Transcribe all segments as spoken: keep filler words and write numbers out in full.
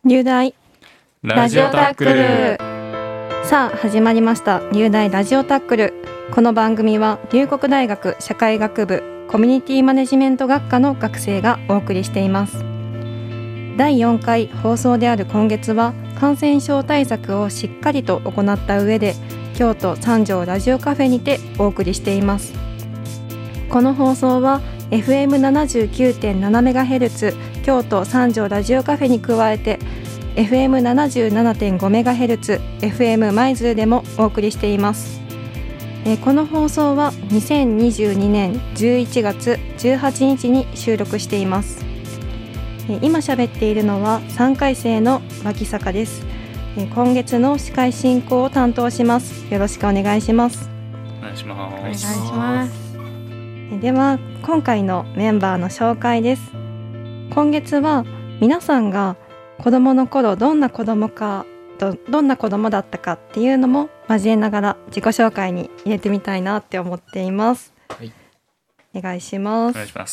入大ラジオタックル。 さあ始まりました入大ラジオタックル。この番組は龍谷大学社会学部コミュニティマネジメント学科の学生がお送りしています。だいよんかい放送である今月は感染症対策をしっかりと行った上で京都三条ラジオカフェにてお送りしています。この放送は エフエムななじゅうきゅうてんななメガヘルツ 京都三条ラジオカフェに加えて エフエムななじゅうななてんごメガヘルツ エフエム 舞鶴でもお送りしています。えー、この放送はにせんにじゅうにねんじゅういちがつじゅうはちにちに収録しています。えー、今喋っているのはさんかいせいの脇坂です。えー、今月の司会進行を担当します。よろしくお願いします。 お願いします。 お願いします。えー、では今回のメンバーの紹介です。今月は皆さんが子供の頃どんな子供かど, どんな子供だったかっていうのも交えながら自己紹介に入れてみたいなって思っています。はい、お願いします。 お願いします。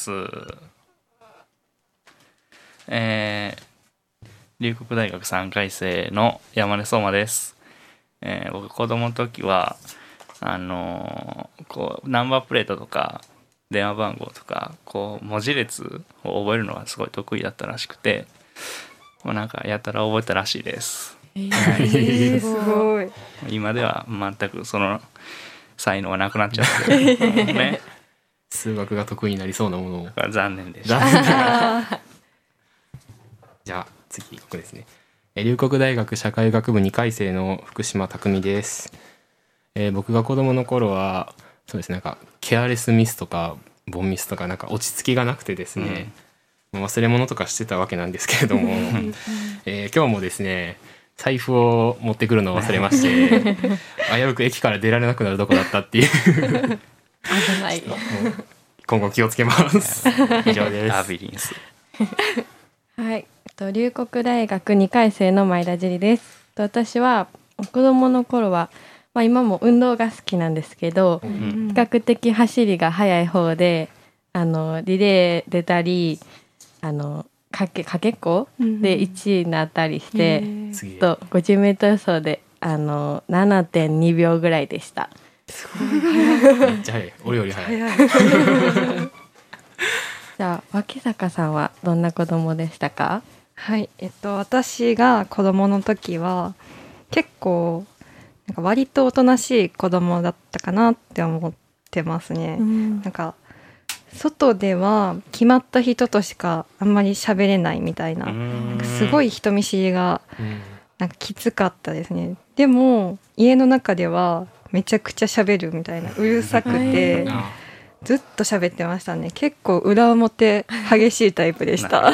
えー、龍谷大学さんかいせいの山根相馬です。えー、僕子供の時はあのー、こうナンバープレートとか電話番号とかこう文字列を覚えるのがすごい得意だったらしくて、もうなんかやったら覚えたらしいです。 えー、すごい。 今では全くその才能はなくなっちゃってる、ね、 数学が得意になりそうなものを残念でした。 じゃあ次ここですね。龍谷大学社会学部にかいせいの福島匠です。えー、僕が子供の頃はそうですね、なんかケアレスミスとかボンミスとかなんか落ち着きがなくてですね、うん、忘れ物とかしてたわけなんですけれども、えー、今日もですね財布を持ってくるのを忘れまして危うく駅から出られなくなるとこだったっていう危ない今後気をつけます以上です。 アビリンスはい、龍谷大学にかいせいの前田樹里です。私は子供の頃はまあ、今も運動が好きなんですけど、うん、比較的走りが速い方であのリレー出たりあのかけ、かけっこでいちいになったりして、うん、と ごじゅうメートル走であの ななてんにびょうぐらいでした。 すごい速い。 めっちゃ速い。俺より速い。 じゃあ脇坂さんはどんな子供でしたか？ はい、えっと、私が子供の時は結構なんか割とおとなしい子供だったかなって思ってますね。うん、なんか外では決まった人としかあんまり喋れないみたいな、なんかすごい人見知りがなんかきつかったですね。でも家の中ではめちゃくちゃ喋るみたいな、うるさくてずっと喋ってましたね。結構裏表激しいタイプでした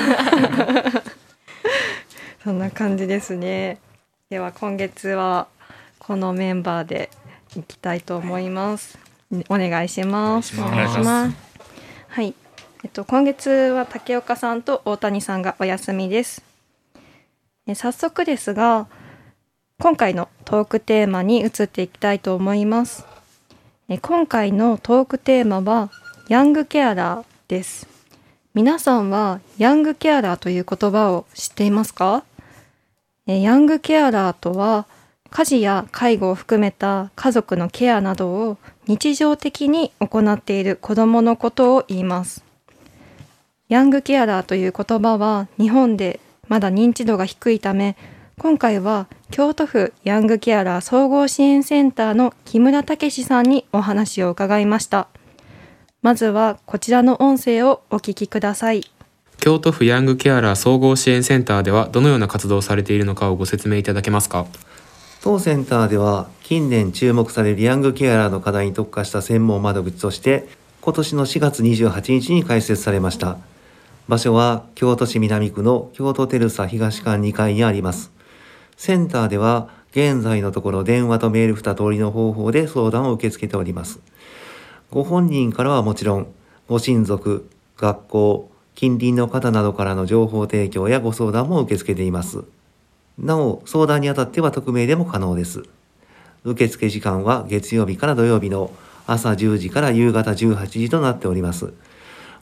そんな感じですね。では今月はこのメンバーでいきたいと思います。お願いします。 お願いします。 はい、えっと、今月は竹岡さんと大谷さんがお休みです。え早速ですが今回のトークテーマに移っていきたいと思います。え今回のトークテーマはヤングケアラーです。皆さんはヤングケアラーという言葉を知っていますか？えヤングケアラーとは家事や介護を含めた家族のケアなどを日常的に行っている子どものことを言います。ヤングケアラーという言葉は日本でまだ認知度が低いため、今回は京都府ヤングケアラー総合支援センターの木村武史さんにお話を伺いました。まずはこちらの音声をお聞きください。 京都府ヤングケアラー総合支援センターではどのような活動をされているのかをご説明いただけますか？ 当センターでは近年注目されるヤングケアラーの課題に特化した専門窓口として今年のしがつにじゅうはちにちに開設されました。場所は京都市南区の京都テルサ東館にかいにあります。センターでは現在のところ電話とメール二通りの方法で相談を受け付けております。ご本人からはもちろんご親族、学校、近隣の方などからの情報提供やご相談も受け付けています。なお、相談にあたっては匿名でも可能です。受付時間は月曜日から土曜日の朝じゅうじから夕方じゅうはちじとなっております。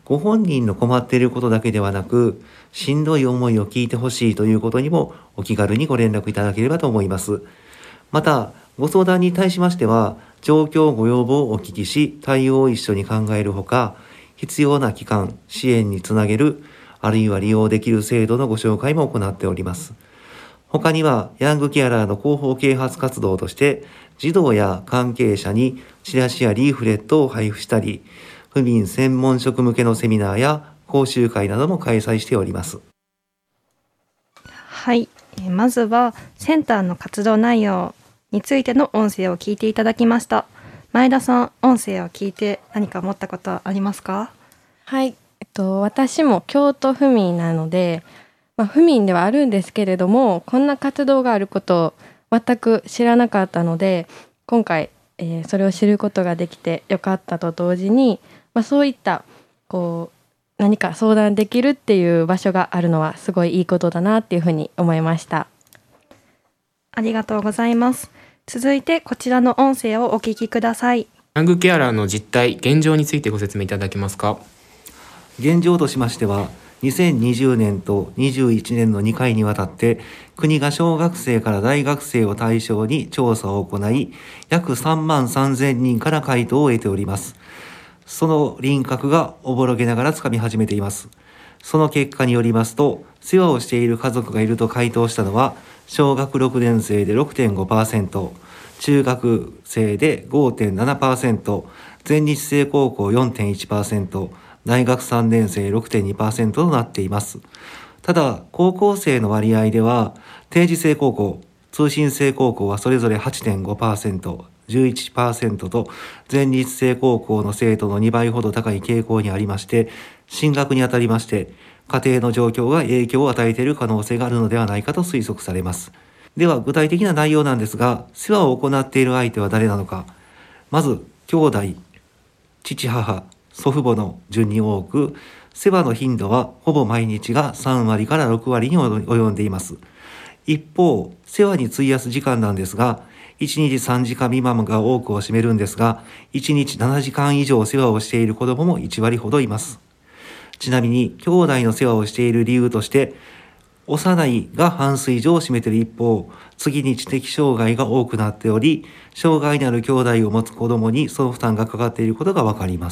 ご本人の困っていることだけではなく、しんどい思いを聞いてほしいということにもお気軽にご連絡いただければと思います。また、ご相談に対しましては、状況ご要望をお聞きし、対応を一緒に考えるほか、必要な期間、支援につなげる、あるいは利用できる制度のご紹介も行っております。他には、ヤングケアラーの広報啓発活動として、児童や関係者にチラシやリーフレットを配布したり、府民専門職向けのセミナーや講習会なども開催しております。 はい、まずはセンターの活動内容についての音声を聞いていただきました。前田さん、音声を聞いて何か思ったことはありますか？ はい、えっと、私も京都府民なので、まあ、府民ではあるんですけれども、こんな活動があることを全く知らなかったので、今回、えーそれを知ることができてよかったと同時に、まあ、そういったこう何か相談できるっていう場所があるのはすごいいいことだなっていうふうに思いました。 ありがとうございます。続いてこちらの音声をお聞きください。 ヤングケアラーの実態、現状についてご説明いただけますか？ 現状としましては、にせんにじゅうねんとにじゅういちねんのにかいにわたって国が小学生から大学生を対象に調査を行い、約さんまんさんぜんにんから回答を得ております。その輪郭がおぼろげながらつかみ始めています。その結果によりますと、世話をしている家族がいると回答したのは小学ろくねん生で ろくてんごパーセント、中学生で ごてんななパーセント、全日制高校 よんてんいちパーセント、大学さんねん生 ろくてんにパーセント となっています。ただ、高校生の割合では、定時制高校、通信制高校はそれぞれ はちてんごパーセント、じゅういちパーセント と、全日制高校の生徒のにばいほど高い傾向にありまして、進学にあたりまして、家庭の状況が影響を与えている可能性があるのではないかと推測されます。では、具体的な内容なんですが、世話を行っている相手は誰なのか。まず、兄弟、父母、祖父母の順に多く、世話の頻度はほぼ毎日がさんわりからろくわりに及んでいます。一方、世話に費やす時間なんですが、いちにちさんじかん未満が多くを占めるんですが、いちにちななじかん以上世話をしている子どももいちわりほどいます。ちなみに、兄弟の世話をしている理由として、幼いが半数以上を占めている一方、次に知的障害が多くなっており、障害のある兄弟を持つ子どもにその負担がかかっていることがわかります。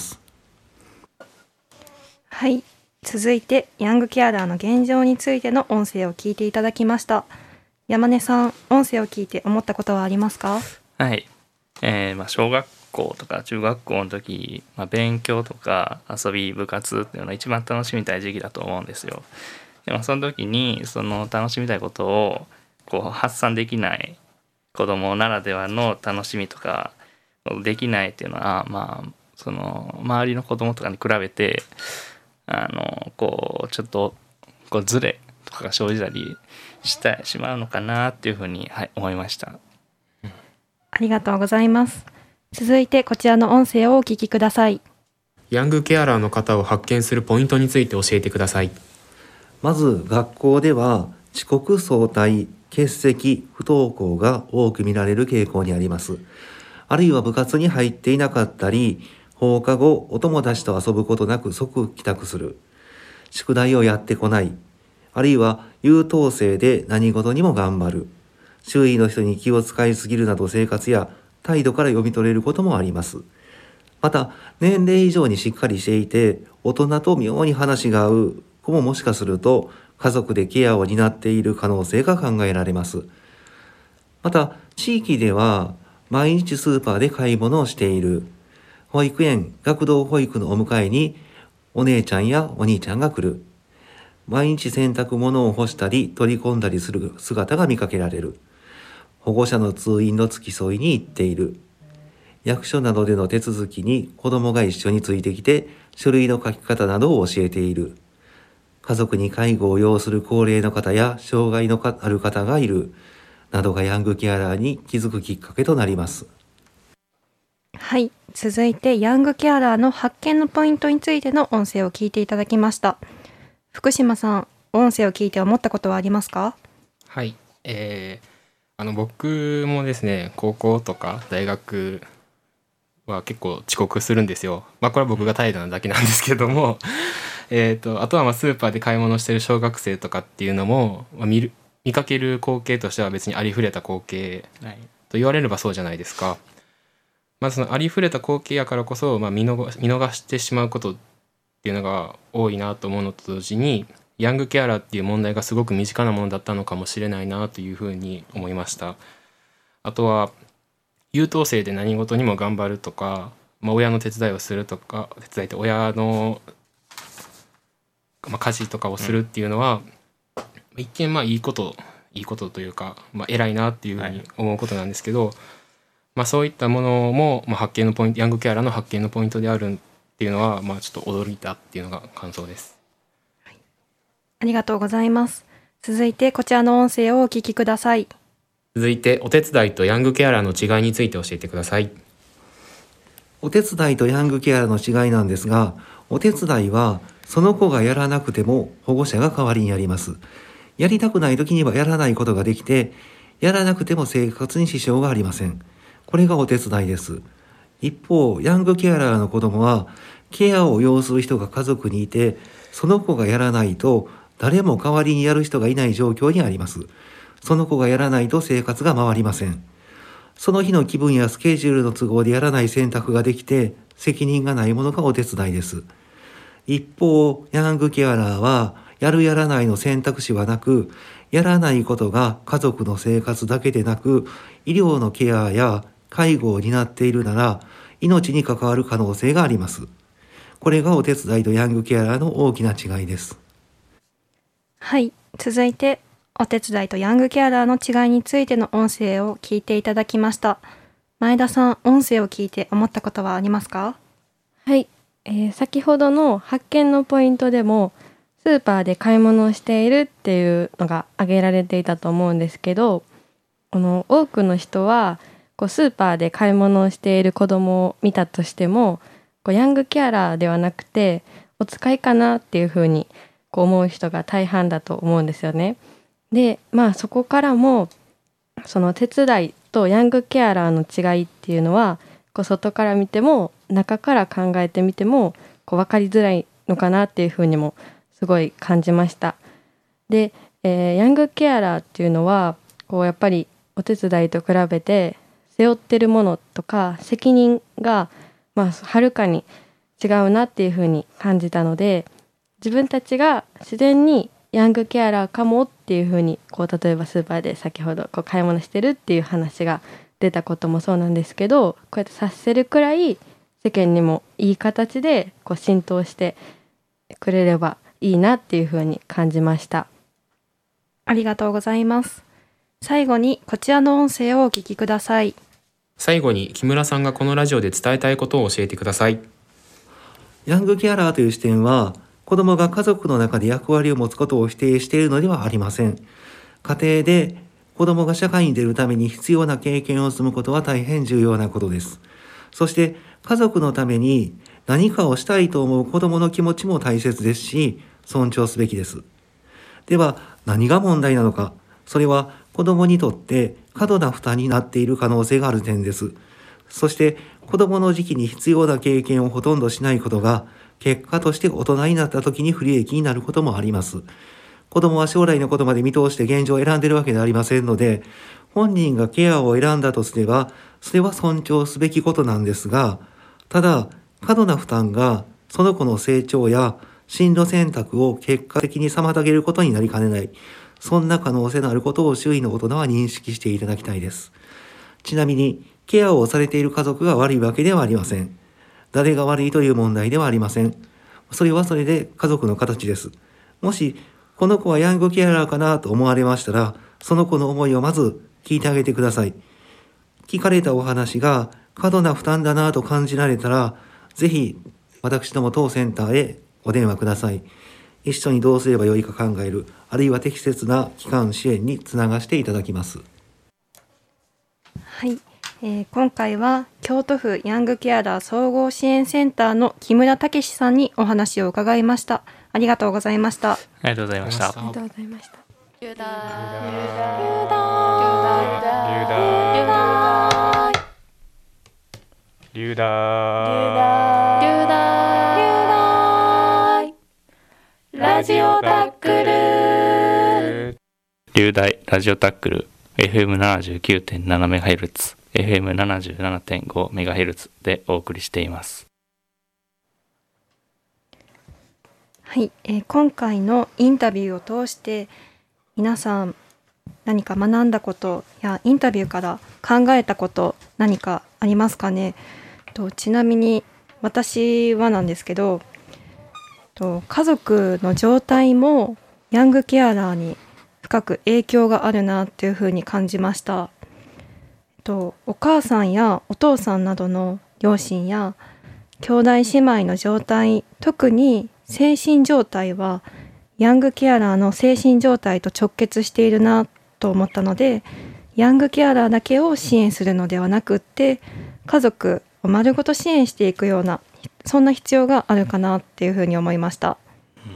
はい、続いてヤングケアラーの現状についての音声を聞いていただきました。山根さん、音声を聞いて思ったことはありますか？ はい、えーまあ、小学校とか中学校の時、まあ、勉強とか遊び部活っていうのが一番楽しみたい時期だと思うんですよ。でもその時にその楽しみたいことをこう発散できない子供ならではの楽しみとかできないっていうのは、まあその周りの子供とかに比べてあのこうちょっとこうズレとかが生じたりしてしまうのかなっていうふうに、はい、思いました。 ありがとうございます。続いてこちらの音声をお聞きください。 ヤングケアラーの方を発見するポイントについて教えてください。 まず、学校では遅刻、早退、欠席、不登校が多く見られる傾向にあります。あるいは部活に入っていなかったり、放課後お友達と遊ぶことなく即帰宅する、宿題をやってこない、あるいは優等生で何事にも頑張る、周囲の人に気を使いすぎるなど生活や態度から読み取れることもあります。また、年齢以上にしっかりしていて、大人と妙に話が合う子ももしかすると、家族でケアを担っている可能性が考えられます。また、地域では毎日スーパーで買い物をしている、保育園、学童保育のお迎えにお姉ちゃんやお兄ちゃんが来る、毎日洗濯物を干したり取り込んだりする姿が見かけられる、保護者の通院の付き添いに行っている、役所などでの手続きに子どもが一緒についてきて書類の書き方などを教えている、家族に介護を要する高齢の方や障害のある方がいるなどがヤングケアラーに気づくきっかけとなります。 はい、続いてヤングケアラーの発見のポイントについての音声を聞いていただきました。福島さん、音声を聞いて思ったことはありますか？ はい、えー、あの僕もですね、高校とか大学は結構遅刻するんですよ。まあこれは僕が怠惰なだけなんですけどもえとあとはまあスーパーで買い物してる小学生とかっていうのも、まあ、見る見かける光景としては別にありふれた光景と言われればそうじゃないですか。まあ、そのありふれた光景やからこそ、まあ、見逃見逃してしまうことっていうのが多いなと思うのと同時に、ヤングケアラーっていう問題がすごく身近なものだったのかもしれないなというふうに思いました。あとは優等生で何事にも頑張るとか、まあ、親の手伝いをするとか手伝いって親の、まあ、家事とかをするっていうのは、うん、一見まあいいこといいことというか、まあ、偉いなっていうふうに思うことなんですけど、はい、まあ、そういったものも、まあ、発見のポイントヤングケアラーの発見のポイントであるっていうのは、まあ、ちょっと驚いたっていうのが感想です。 はい、ありがとうございます。続いてこちらの音声をお聞きください。 続いてお手伝いとヤングケアラーの違いについて教えてください。 お手伝いとヤングケアラーの違いなんですが、お手伝いはその子がやらなくても保護者が代わりにやります。やりたくない時にはやらないことができて、やらなくても生活に支障がありません。これがお手伝いです。一方、ヤングケアラーの子供はケアを要する人が家族にいて、その子がやらないと誰も代わりにやる人がいない状況にあります。その子がやらないと生活が回りません。その日の気分やスケジュールの都合でやらない選択ができて、責任がないものがお手伝いです。一方、ヤングケアラーはやるやらないの選択肢はなく、やらないことが家族の生活だけでなく、医療のケアや介護を担っているなら、命に関わる可能性があります。これがお手伝いとヤングケアラーの大きな違いです。 はい、続いてお手伝いとヤングケアラーの違いについての音声を聞いていただきました。前田さん、音声を聞いて思ったことはありますか？ はい、えー、先ほどの発見のポイントでもスーパーで買い物をしているっていうのが挙げられていたと思うんですけど、この多くの人はこうスーパーで買い物をしている子供を見たとしても、こうヤングケアラーではなくてお使いかなっていうふうにこう思う人が大半だと思うんですよね。で、まあそこからもその手伝いとヤングケアラーの違いっていうのは、こう外から見ても中から考えてみてもこう分かりづらいのかなっていうふうにもすごい感じました。で、えー、ヤングケアラーっていうのはこうやっぱりお手伝いと比べて背負ってるものとか責任がまあはるかに違うなっていうふうに感じたので、自分たちが自然にヤングケアラーかもっていうふうにこう例えばスーパーで先ほどこう買い物してるっていう話が出たこともそうなんですけど、こうやって察せるくらい世間にもいい形でこう浸透してくれればいいなっていうふうに感じました。 ありがとうございます。最後にこちらの音声をお聞きください。 最後に木村さんがこのラジオで伝えたいことを教えてください。 ヤングケアラーという視点は、子供が家族の中で役割を持つことを否定しているのではありません。家庭で子供が社会に出るために必要な経験を積むことは大変重要なことです。そして家族のために何かをしたいと思う子供の気持ちも大切ですし、尊重すべきです。では何が問題なのか。それは子供にとって過度な負担になっている可能性がある点です。そして子供の時期に必要な経験をほとんどしないことが、結果として大人になった時に不利益になることもあります。子供は将来のことまで見通して現状を選んでいるわけではありませんので、本人がケアを選んだとすれば、それは尊重すべきことなんですが、ただ、過度な負担がその子の成長や進路選択を結果的に妨げることになりかねない。そんな可能性のあることを周囲の大人は認識していただきたいです。ちなみに、ケアをされている家族が悪いわけではありません。誰が悪いという問題ではありません。それはそれで家族の形です。もし、この子はヤングケアラーかなと思われましたら、その子の思いをまず聞いてあげてください。聞かれたお話が過度な負担だなと感じられたら、ぜひ私ども当センターへお電話ください。一緒にどうすればよいか考える、あるいは適切な機関支援につながしていただきます。 はい。えー、今回は京都府ヤングケアラー総合支援センターの木村武さんにお話を伺いました。ありがとうございました。 ありがとうございました。 ありがとうございました。 流大流大流大ラジオタックル。 流大ラジオタックル エフエムななじゅうきゅうてんななメガヘルツ、エフエムななじゅうななてんごメガヘルツ でお送りしています。 はい、えー、今回のインタビューを通して皆さん何か学んだことやインタビューから考えたこと何かありますかね。とちなみに私はなんですけど、と家族の状態もヤングケアラーに深く影響があるなっていうふうに感じました。とお母さんやお父さんなどの両親や兄弟姉妹の状態、特に精神状態はヤングケアラーの精神状態と直結しているなと思ったので、ヤングケアラーだけを支援するのではなくって家族を丸ごと支援していくような、そんな必要があるかなっていうふうに思いました。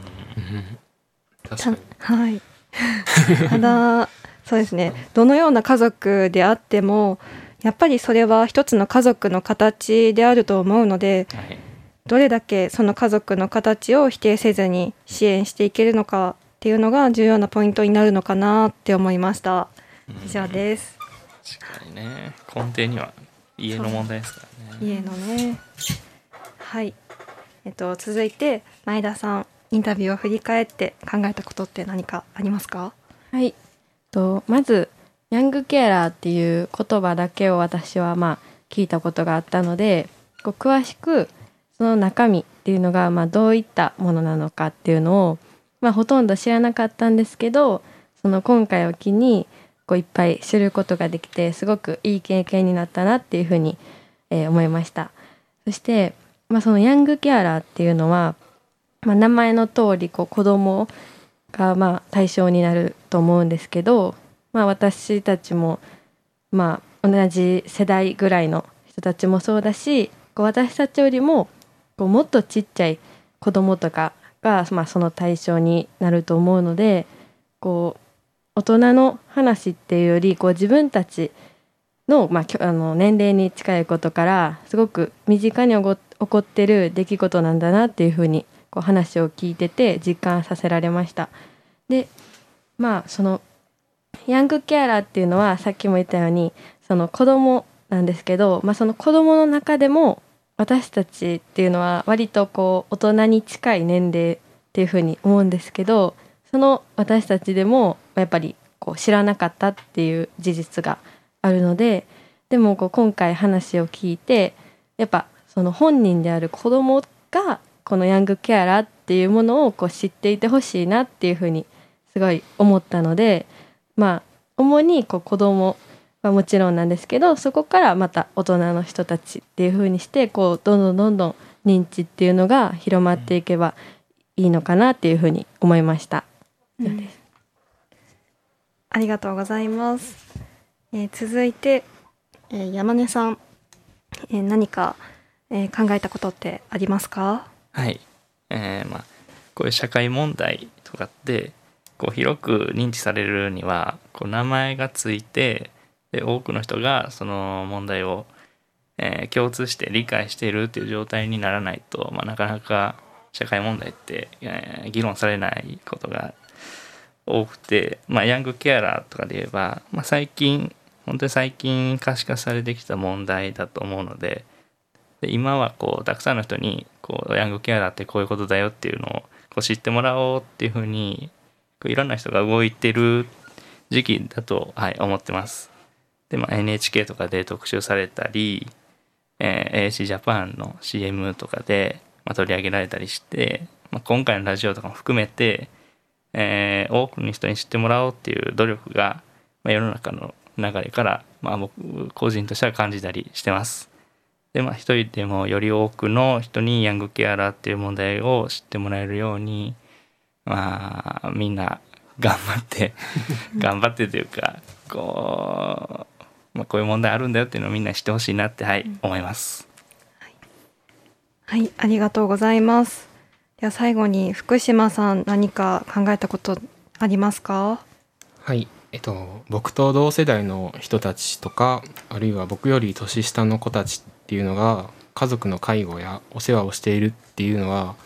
確かに。 はい。ただそうですね、どのような家族であってもやっぱりそれは一つの家族の形であると思うので、はい、どれだけその家族の形を否定せずに支援していけるのかっていうのが重要なポイントになるのかなって思いました。以上です。 確かにね、根底には家の問題ですからね。 家のね。はい。えっと続いて前田さん、インタビューを振り返って考えたことって何かありますか？ はい。とまずヤングケアラーっていう言葉だけを私はまあ聞いたことがあったので、こう詳しくその中身っていうのがまあどういったものなのかっていうのをまあほとんど知らなかったんですけど、その今回を機にこういっぱい知ることができてすごくいい経験になったなっていうふうに、えー思いました。そして、まあ、そのヤングケアラーっていうのは、まあ、名前の通りこう子供がまあ対象になると思うんですけど、まあ、私たちもまあ同じ世代ぐらいの人たちもそうだし、こう私たちよりもこうもっとちっちゃい子供とかが、まあ、その対象になると思うので、こう大人の話っていうよりこう自分たちの、まあ、きょあの年齢に近いことからすごく身近に起こ起こってる出来事なんだなっていうふうにこう話を聞いてて実感させられました。で、まあそのヤングケアラーっていうのはさっきも言ったようにその子供なんですけど、まあ、その子供の中でも私たちっていうのは割とこう大人に近い年齢っていうふうに思うんですけど、その私たちでもやっぱりこう知らなかったっていう事実があるので、でもこう今回話を聞いてやっぱその本人である子供がこのヤングケアラーっていうものをこう知っていてほしいなっていうふうにすごい思ったので、まあ主にこう子供はもちろんなんですけど、そこからまた大人の人たちっていう風にしてこうどんどんどんどん認知っていうのが広まっていけばいいのかなっていう風に思いました。 うん、ありがとうございます。えー、続いて、えー、山根さん、えー、何か、えー、考えたことってありますか？ はい、えーまあ、こういう社会問題とかってこう広く認知されるにはこう名前がついて、で多くの人がその問題を、えー、共通して理解しているっていう状態にならないと、まあ、なかなか社会問題って、えー、議論されないことが多くて、まあ、ヤングケアラーとかで言えば、まあ、最近本当に最近可視化されてきた問題だと思うので、で今はこうたくさんの人にこうヤングケアラーってこういうことだよっていうのをこう知ってもらおうっていうふうにいろんな人が動いてる時期だと、はい、思ってます。で、まあ、エヌエイチケー とかで特集されたり、えー、エーシー ジャパンの シーエム とかで、まあ、取り上げられたりして、まあ、今回のラジオとかも含めて、えー、多くの人に知ってもらおうっていう努力が、まあ、世の中の流れから、まあ、僕個人としては感じたりしてます。で、まあ、一人でもより多くの人にヤングケアラーっていう問題を知ってもらえるように、まあ、みんな頑張って頑張ってというかこう、まあ、こういう問題あるんだよっていうのをみんな知ってほしいなって、はい、うん、思います。 はい、ありがとうございます。では最後に福島さん、何か考えたことありますか？ はい、えっと、僕と同世代の人たちとか、あるいは僕より年下の子たちっていうのが家族の介護やお世話をしているっていうのは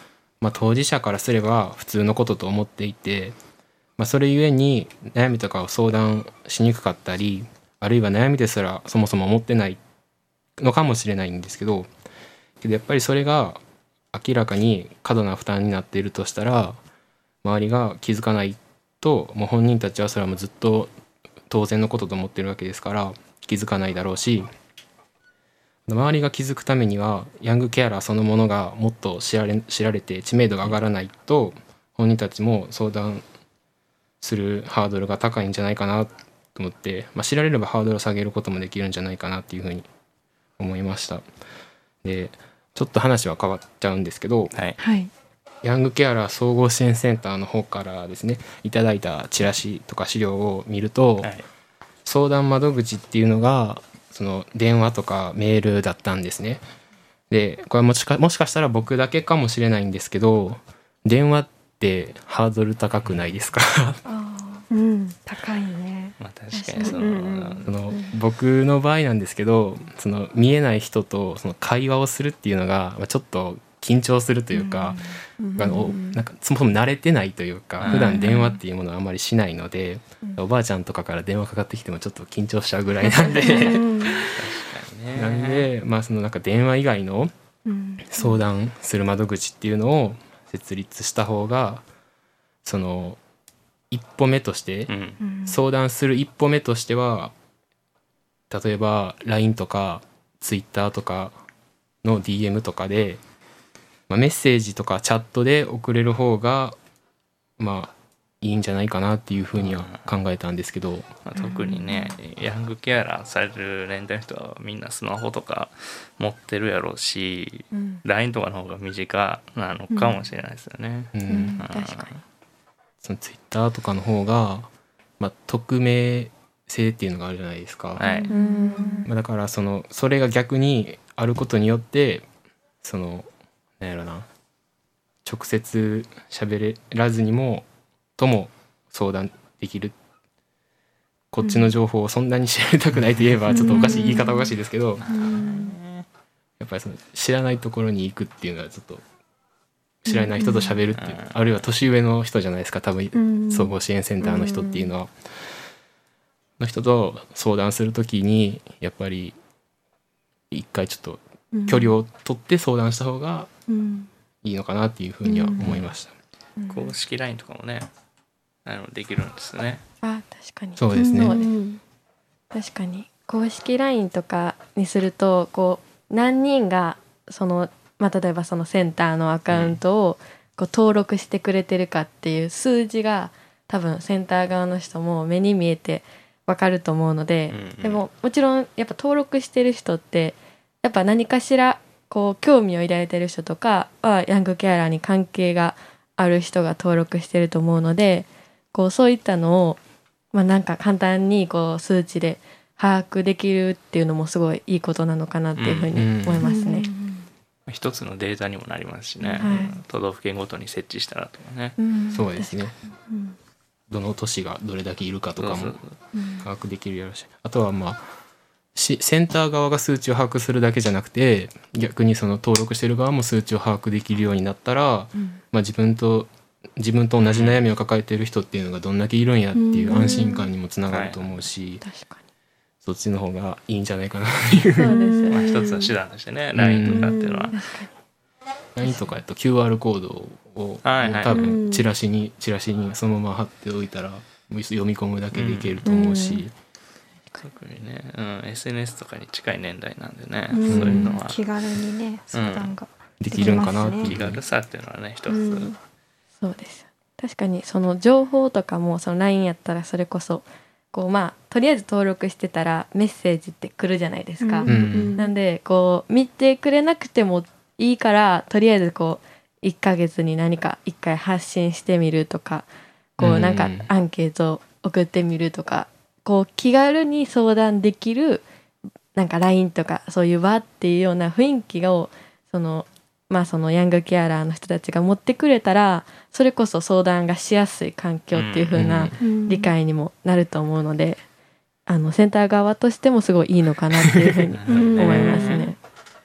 まあ、当事者からすれば普通のことと思っていて、まあ、それゆえに悩みとかを相談しにくかったり、あるいは悩みですらそもそも持ってないのかもしれないんですけど、けどやっぱりそれが明らかに過度な負担になっているとしたら、周りが気づかないと、もう本人たちはそれはもうずっと当然のことと思ってるわけですから気づかないだろうし、周りが気づくためにはヤングケアラーそのものがもっと知られ、知られて知名度が上がらないと、本人たちも相談するハードルが高いんじゃないかなと思って、まあ、知られればハードルを下げることもできるんじゃないかなっていうふうに思いました。でちょっと話は変わっちゃうんですけど、 はいはいヤングケアラー総合支援センターの方からですね、いただいたチラシとか資料を見ると、 はい、 相談窓口っていうのがその電話とかメールだったんですね。でこれはもしか、もしかしたら僕だけかもしれないんですけど、電話ってハードル高くないですか？ うん高いね。 まあ、確かにその、 うんうんその僕の場合なんですけど、その見えない人とその会話をするっていうのがちょっと緊張するというか、 うんあのなんかそもそも慣れてないというか、 うん普段電話っていうものはあんまりしないので、おばあちゃんとかから電話かかってきてもちょっと緊張しちゃうぐらいなんでうんね、 なんで、まあ、そのなんか電話以外のうん相談する窓口っていうのを設立した方が、その一歩目としてうんうん相談する一歩目としては、例えば ライン とか ツイッター とかの ディーエム とかで、まあ、メッセージとかチャットで送れる方がまあいいんじゃないかなっていうふうには考えたんですけど、 まあ、特にね、ヤングケアラーされる年代の人はみんなスマホとか持ってるやろうし、 うんライン とかの方が身近なのかもしれないですよね。 うんうんあー確かにその ツイッター とかの方が、まあ、匿名性っていうのがあるじゃないですか。 はい、 うんまあ、だからそのそれが逆にあることによって、そのなんやろな、直接喋らずにもとも相談できる、こっちの情報をそんなに知られたくないと言えばちょっとおかしい、言い方おかしいですけど、やっぱりその知らないところに行くっていうのはちょっと知らない人と喋るっていう、 うんあるいは年上の人じゃないですか、多分うん総合支援センターの人っていうのは、の人と相談するときにやっぱり一回ちょっと距離を取って相談した方がうんいいのかなっていうふうには思いました。 公式 ライン とかもね、あのできるんですよね。 あ確かにそうですね。 そうです確かに公式 ライン とかにすると、こう何人がその、まあ、例えばそのセンターのアカウントをこう登録してくれてるかっていう数字が多分センター側の人も目に見えてわかると思うので、 うんうんでももちろんやっぱ登録してる人ってやっぱ何かしらこう興味を抱いてる人とかはヤングケアラーに関係がある人が登録してると思うので、こうそういったのを、まあ、なんか簡単にこう数値で把握できるっていうのもすごいいいことなのかなっていうふうに思いますね。 一つのデータにもなりますしね、 はい都道府県ごとに設置したらとかね。 うんそうですね。 うんどの都市がどれだけいるかとかもそうそう把握できるやろうし、あとはまあしセンター側が数値を把握するだけじゃなくて、逆にその登録してる側も数値を把握できるようになったら、まあ、自分と自分と同じ悩みを抱えている人っていうのがどんだけいるんやっていう安心感にもつながると思うし、 確かそっちの方がいいんじゃないかなっていう。 にそうですまあ、 ね。 一つの手段としてね、ライン とかっていうのは。 ライン とかやと キューアール コードをはいはい多分チラシにチラシにそのまま貼っておいたらもう読み込むだけでいけると思うし、 特にね、うん、エスエヌエス とかに近い年代なんでね、 うんそういうのは気軽にね相談ができるんかなっていう。 気軽さっていうのはね一つ、 うんそうです確かにその情報とかもその ライン やったらそれこそこうまあとりあえず登録してたらメッセージって来るじゃないですか、 うんうんなんでこう見てくれなくてもいいからとりあえずこういっかげつに何かいっかい発信してみるとかこううんなんかアンケートを送ってみるとかこう気軽に相談できるなんか ライン とかそういう場っていうような雰囲気をそのまあそのヤングケアラーの人たちが持ってくれたらそれこそ相談がしやすい環境っていう風なうん理解にもなると思うので、あのセンター側としてもすごいいいのかなっていうふうに思いますね。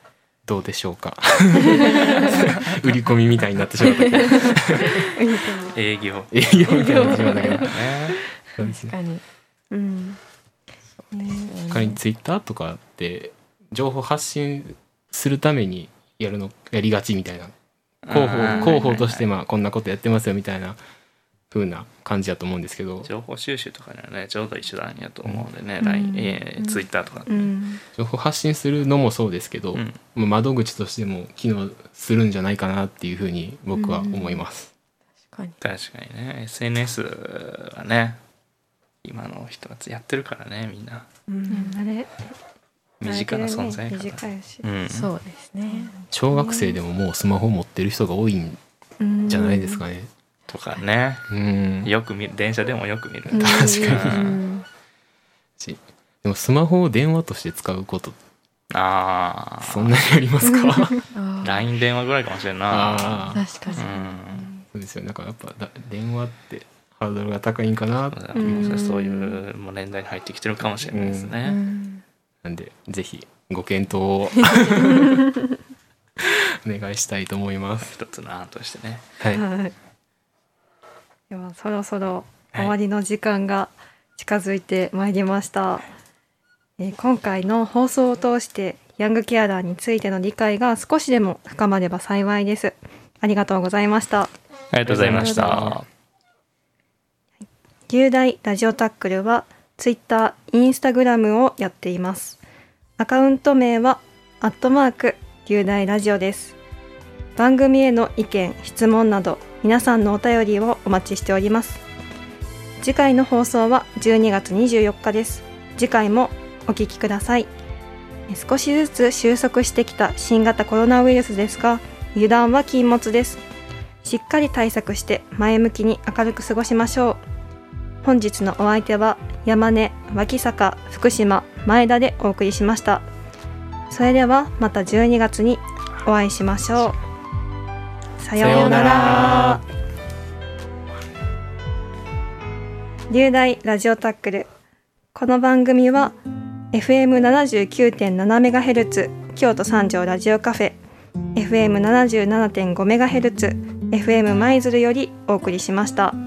どうでしょうか売り込みみたいになってしまったけど営業営業みたいになってしまったけどそうですね。 確かに、 うん仮にツイッターとかって情報発信するためにやるのやりがちみたいな広報広報としてまあこんなことやってますよみたいな風な感じだと思うんですけど、 情報収集とかにはねちょうど一緒なんやと思うんでね、 うんライン、えー、ツイッターとか、 うん情報発信するのもそうですけど、 うんまあ窓口としても機能するんじゃないかなっていう風に僕は思います。 確かに確かにね エスエヌエス はね今の人たちやってるからねみんなうんあれ身近な存在やから、 短いし、 うん、 そうですね。 小学生でももうスマホ持ってる人が多いんうんじゃないですかね。 とかねうんよく見る電車でもよく見る、 うん確かにうんしでもスマホを電話として使うことああそんなにありますかあーライン 電話ぐらいかもしれんなああ確かに、 うんそうですよ。なんかやっぱだ電話ってハードルが高いんかな。 んそういうもう年代に入ってきてるかもしれないですうね、 んなんでぜひご検討をお願いしたいと思います。 一つの案としてねはい。 はいではそろそろ終わりの時間が近づいてまいりました、えー今回の放送を通してヤングケアラーについての理解が少しでも深まれば幸いです。ありがとうございました。 ありがとうございましありがとうございた流大ラジオタックルはツイッター、インスタグラムをやっています。アカウント名はアットマーク流大ラジオです。番組への意見、質問など皆さんのお便りをお待ちしております。次回の放送はじゅうにがつにじゅうよっかです。次回もお聞きください。少しずつ収束してきた新型コロナウイルスですが、油断は禁物です。しっかり対策して前向きに明るく過ごしましょう。本日のお相手は山根、脇坂、福島、前田でお送りしました。それではまたじゅうにがつにお会いしましょう。さようなら。流大ラジオタックル。この番組は エフエムななじゅうきゅうてんななメガヘルツ 京都三条ラジオカフェ、エフエムななじゅうななてんごメガヘルツ エフエム 舞鶴よりお送りしました。